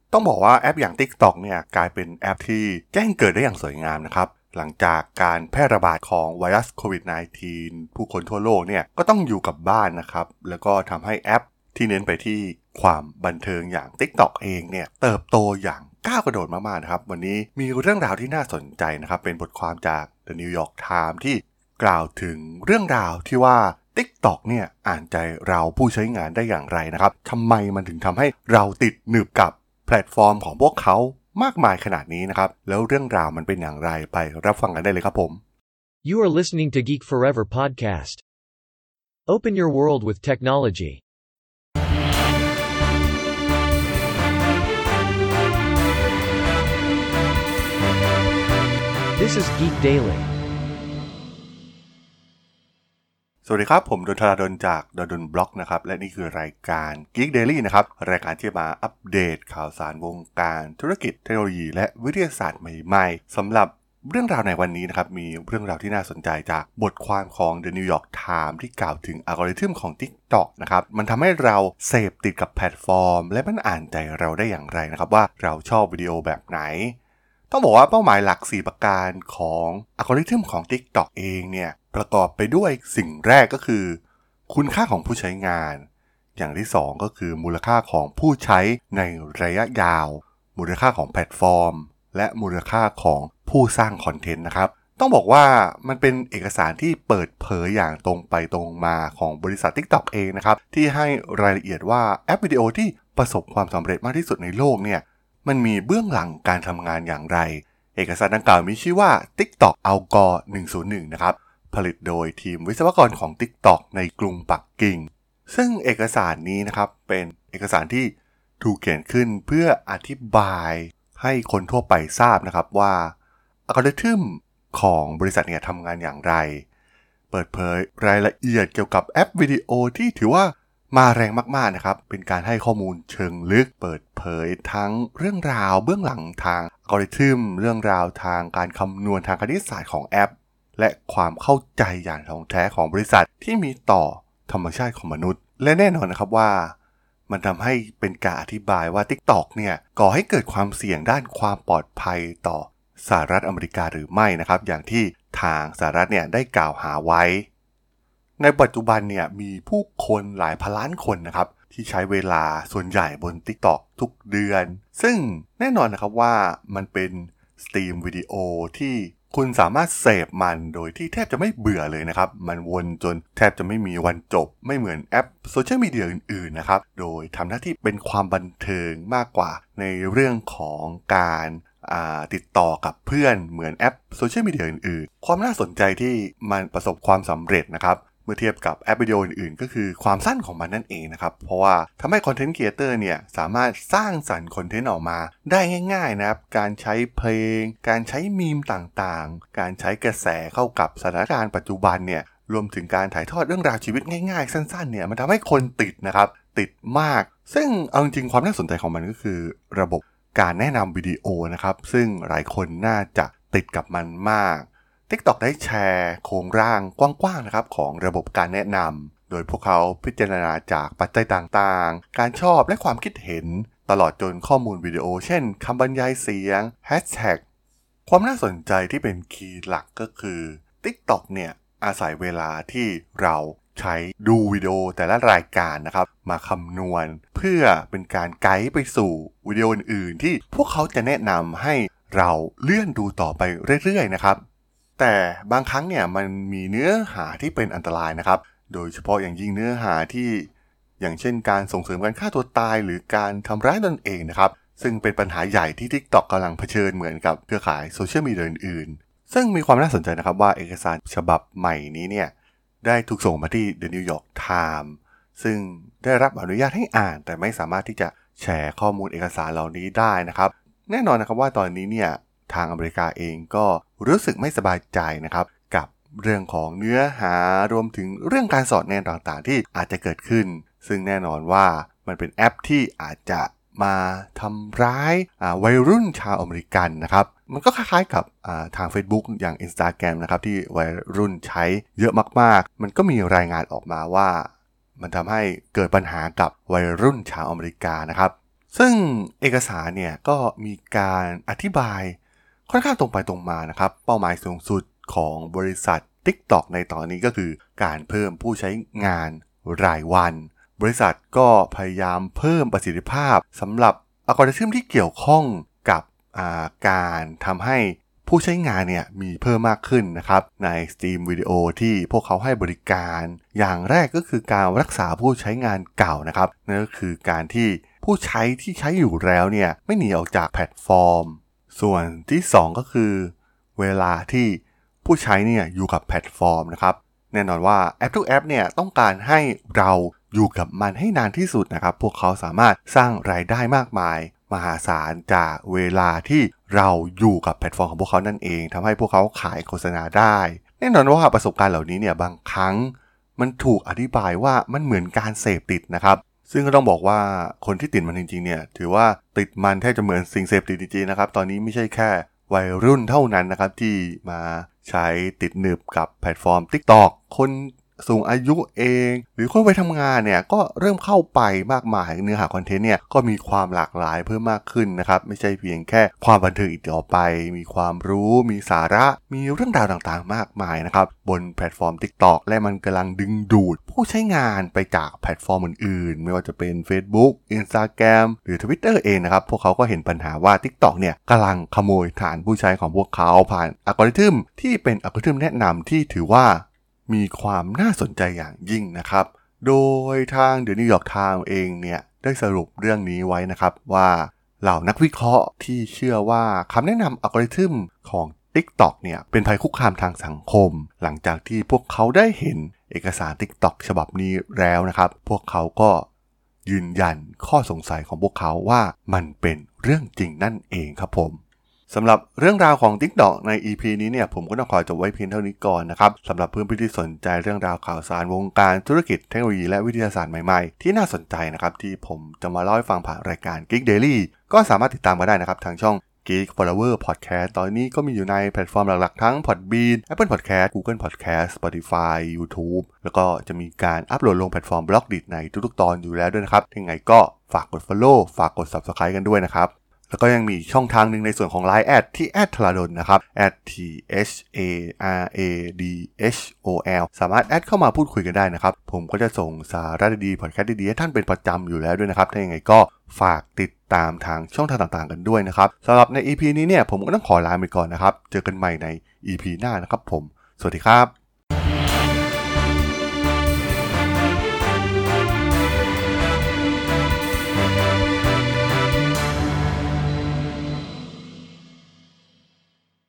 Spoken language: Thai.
ต้องบอกว่าแอปอย่าง TikTok เนี่ยกลายเป็นแอปที่แจ้งเกิดได้อย่างสวยงามนะครับหลังจากการแพร่ระบาดของไวรัสโควิด -19 ผู้คนทั่วโลกเนี่ยก็ต้องอยู่กับบ้านนะครับแล้วก็ทำให้แอปที่เน้นไปที่ความบันเทิงอย่าง TikTok เองเนี่ยเติบโตอย่างก้าวกระโดดมากๆนะครับวันนี้มีเรื่องราวที่น่าสนใจนะครับเป็นบทความจาก The New York Times ที่กล่าวถึงเรื่องราวที่ว่า TikTok เนี่ยอ่านใจเราผู้ใช้งานได้อย่างไรนะครับทำไมมันถึงทำให้เราติดหนึบกับแพลตฟอร์มของพวกเขามากมายขนาดนี้นะครับแล้วเรื่องราวมันเป็นอย่างไรไปรับฟังกันได้เลยครับผม You are listening to Geek Forever podcast. Open your world with technology. This is Geek Daily. สวัสดีครับผมดลธราดลจากดลบล็อกนะครับและนี่คือรายการ Geek Daily นะครับรายการที่มาอัปเดตข่าวสารวงการธุรกิจเทคโนโลยีและวิทยาศาสตร์ใหม่ๆสำหรับเรื่องราวในวันนี้นะครับมีเรื่องราวที่น่าสนใจจากบทความของ The New York Times ที่กล่าวถึงอัลกอริทึมของ TikTok นะครับมันทำให้เราเสพติดกับแพลตฟอร์มและมันอ่านใจเราได้อย่างไรนะครับว่าเราชอบวิดีโอแบบไหนต้องบอกว่าเป้าหมายหลัก4ประการของอัลกอริทึมของ TikTok เองเนี่ยประกอบไปด้วยสิ่งแรกก็คือคุณค่าของผู้ใช้งานอย่างที่2ก็คือมูลค่าของผู้ใช้ในระยะยาวมูลค่าของแพลตฟอร์มและมูลค่าของผู้สร้างคอนเทนต์นะครับต้องบอกว่ามันเป็นเอกสารที่เปิดเผยอย่างตรงไปตรงมาของบริษัท TikTok เองนะครับที่ให้รายละเอียดว่าแอปวิดีโอที่ประสบความสำเร็จมากที่สุดในโลกเนี่ยมันมีเบื้องหลังการทำงานอย่างไรเอกสารดังกล่าวมีชื่อว่า TikTok Algo 101นะครับผลิตโดยทีมวิศวกรของ TikTok ในกรุงปักกิ่งซึ่งเอกสารนี้นะครับเป็นเอกสารที่ถูกเขียนขึ้นเพื่ออธิบายให้คนทั่วไปทราบนะครับว่าอัลกอริทึมของบริษัทเนี่ยทำงานอย่างไรเปิดเผยรายละเอียดเกี่ยวกับแอปวิดีโอที่ถือว่ามาแรงมากๆนะครับเป็นการให้ข้อมูลเชิงลึกเปิดเผยทั้งเรื่องราวเบื้องหลังทางอัลกอริทึมเรื่องราวทางการคำนวณทางคณิตศาสตร์ของแอปและความเข้าใจอย่างถ่องแท้ของบริษัทที่มีต่อธรรมชาติของมนุษย์และแน่นอนนะครับว่ามันทำให้เป็นการอธิบายว่า TikTok เนี่ยก่อให้เกิดความเสี่ยงด้านความปลอดภัยต่อสหรัฐอเมริกาหรือไม่นะครับอย่างที่ทางสหรัฐเนี่ยได้กล่าวหาไว้ในปัจจุบันเนี่ยมีผู้คนหลายพันล้านคนนะครับที่ใช้เวลาส่วนใหญ่บน TikTok ทุกเดือนซึ่งแน่นอนนะครับว่ามันเป็นสตรีมวิดีโอที่คุณสามารถเสพมันโดยที่แทบจะไม่เบื่อเลยนะครับมันวนจนแทบจะไม่มีวันจบไม่เหมือนแอปโซเชียลมีเดียอื่นๆนะครับโดยทำหน้าที่เป็นความบันเทิงมากกว่าในเรื่องของการติดต่อกับเพื่อนเหมือนแอปโซเชียลมีเดียอื่นๆความน่าสนใจที่มันประสบความสำเร็จนะครับเมื่อเทียบกับแอปวิดีโออื่นๆก็คือความสั้นของมันนั่นเองนะครับเพราะว่าทำให้คอนเทนต์ครีเอเตอร์เนี่ยสามารถสร้างสรรค์คอนเทนต์ออกมาได้ง่ายๆนะครับการใช้เพลงการใช้มีมต่างๆการใช้กระแสเข้ากับสถานการณ์ปัจจุบันเนี่ยรวมถึงการถ่ายทอดเรื่องราวชีวิตง่ายๆสั้นๆเนี่ยมันทำให้คนติดนะครับติดมากซึ่งเอาจริงๆความน่าสนใจของมันก็คือระบบการแนะนำวิดีโอนะครับซึ่งหลายคนน่าจะติดกับมันมาก TikTok ได้แชร์โครงร่างกว้างๆนะครับของระบบการแนะนำโดยพวกเขาพิจารณาจากปัจจัยต่างๆการชอบและความคิดเห็นตลอดจนข้อมูลวิดีโอเช่นคำบรรยายเสียงแฮชแท็กความน่าสนใจที่เป็นคีย์หลักก็คือ TikTok เนี่ยอาศัยเวลาที่เราใช้ดูวิดีโอแต่ละรายการนะครับมาคำนวณเพื่อเป็นการไกด์ไปสู่วิดีโออื่นๆที่พวกเขาจะแนะนำให้เราเลื่อนดูต่อไปเรื่อยๆนะครับแต่บางครั้งเนี่ยมันมีเนื้อหาที่เป็นอันตรายนะครับโดยเฉพาะอย่างยิ่งเนื้อหาที่อย่างเช่นการส่งเสริมการฆ่าตัวตายหรือการทำร้ายตนเองนะครับซึ่งเป็นปัญหาใหญ่ที่ TikTok กำลังเผชิญเหมือนกับเครือข่ายโซเชียลมีเดียอื่นๆซึ่งมีความน่าสนใจนะครับว่าเอกสารฉบับใหม่นี้เนี่ยได้ถูกส่งมาที่ The New York Times ซึ่งได้รับอนุญาตให้อ่านแต่ไม่สามารถที่จะแชร์ข้อมูลเอกสารเหล่านี้ได้นะครับแน่นอนนะครับว่าตอนนี้เนี่ยทางอเมริกาเองก็รู้สึกไม่สบายใจนะครับกับเรื่องของเนื้อหารวมถึงเรื่องการสอดแนมต่างๆที่อาจจะเกิดขึ้นซึ่งแน่นอนว่ามันเป็นแอปที่อาจจะมาทำร้ายวัยรุ่นชาวอเมริกันนะครับมันก็คล้ายๆกับทาง Facebook อย่าง Instagram นะครับที่วัยรุ่นใช้เยอะมากๆมันก็มีรายงานออกมาว่ามันทำให้เกิดปัญหากับวัยรุ่นชาวอเมริกานะครับซึ่งเอกสารเนี่ยก็มีการอธิบายค่อนข้างตรงไปตรงมานะครับเป้าหมายสูงสุดของบริษัท TikTok ในตอนนี้ก็คือการเพิ่มผู้ใช้งานรายวันบริษัทก็พยายามเพิ่มประสิทธิภาพสำหรับอัลกอริทึมที่เกี่ยวข้องกับการทำให้ผู้ใช้งานเนี่ยมีเพิ่มมากขึ้นนะครับในสตรีมวิดีโอที่พวกเขาให้บริการอย่างแรกก็คือการรักษาผู้ใช้งานเก่านะครับนั่นก็คือการที่ผู้ใช้ที่ใช้อยู่แล้วเนี่ยไม่หนีออกจากแพลตฟอร์มส่วนที่2ก็คือเวลาที่ผู้ใช้เนี่ยอยู่กับแพลตฟอร์มนะครับแน่นอนว่าแอปทุกแอปเนี่ยต้องการให้เราอยู่กับมันให้นานที่สุดนะครับพวกเขาสามารถสร้างรายได้มากมายมหาศาลจากเวลาที่เราอยู่กับแพลตฟอร์มของพวกเขานั่นเองทำให้พวกเขาขายโฆษณาได้แน่นอนว่าประสบการณ์เหล่านี้เนี่ยบางครั้งมันถูกอธิบายว่ามันเหมือนการเสพติดนะครับซึ่งก็ต้องบอกว่าคนที่ติดมันจริงๆเนี่ยถือว่าติดมันแทบจะเหมือนสิ่งเสพติดจริงๆนะครับตอนนี้ไม่ใช่แค่วัยรุ่นเท่านั้นนะครับที่มาใช้ติดหนึบกับแพลตฟอร์ม TikTok คนสูงอายุเองหรือคนไปทำงานเนี่ยก็เริ่มเข้าไปมากมายเนื้อหาคอนเทนต์เนี่ยก็มีความหลากหลายเพิ่มมากขึ้นนะครับไม่ใช่เพียงแค่ความบันเทิงอีกต่อไปมีความรู้มีสาระมีเรื่องราวต่างๆมากมายนะครับบนแพลตฟอร์ม TikTok และมันกำลังดึงดูดผู้ใช้งานไปจากแพลตฟอร์มอื่นๆไม่ว่าจะเป็น Facebook Instagram หรือ Twitter เองนะครับพวกเขาก็เห็นปัญหาว่า TikTok เนี่ยกำลังขโมยฐานผู้ใช้ของพวกเขาผ่านอัลกอริทึมที่เป็นอัลกอริทึมแนะนำที่ถือว่ามีความน่าสนใจอย่างยิ่งนะครับโดยทาง The New York Times เองเนี่ยได้สรุปเรื่องนี้ไว้นะครับว่าเหล่านักวิเคราะห์ที่เชื่อว่าคำแนะนำอัลกอริทึมของ TikTok เนี่ยเป็นภัยคุกคามทางสังคมหลังจากที่พวกเขาได้เห็นเอกสาร TikTok ฉบับนี้แล้วนะครับพวกเขาก็ยืนยันข้อสงสัยของพวกเขาว่ามันเป็นเรื่องจริงนั่นเองครับผมสำหรับเรื่องราวของ TikTok ใน EP นี้เนี่ยผมก็ต้องขอจบไว้เพียงเท่านี้ก่อนนะครับสำหรับเพื่อนๆที่สนใจเรื่องราวข่าวสารวงการธุรกิจเทคโนโลยีและวิทยาศาสตร์ใหม่ๆที่น่าสนใจนะครับที่ผมจะมาเล่าให้ฟังผ่านรายการ Geek Daily ก็สามารถติดตามกันได้นะครับทางช่อง Geek Flower Podcast ตอนนี้ก็มีอยู่ในแพลตฟอร์มหลักๆทั้ง Podbean Apple Podcast Google Podcast Spotify YouTube แล้วก็จะมีการอัปโหลดลงแพลตฟอร์ม Blogdit ในทุกๆตอนอยู่แล้วด้วยนะครับยังไงก็ฝากกด Follow ฝากกด Subscribe กันด้วยนะครับแล้วก็ยังมีช่องทางหนึ่งในส่วนของ Line แอดที่ทราดลนะครับ @THARADHOL สามารถแอดเข้ามาพูดคุยกันได้นะครับผมก็จะส่งสาระดีๆพอดแคสต์ดีๆให้ท่านเป็นประจำอยู่แล้วด้วยนะครับถ้าอย่างไรก็ฝากติดตามทางช่องทางต่างๆกันด้วยนะครับสำหรับใน EP นี้เนี่ยผมก็ต้องขอลาไปก่อนนะครับเจอกันใหม่ใน EP หน้านะครับผมสวัสดีครับ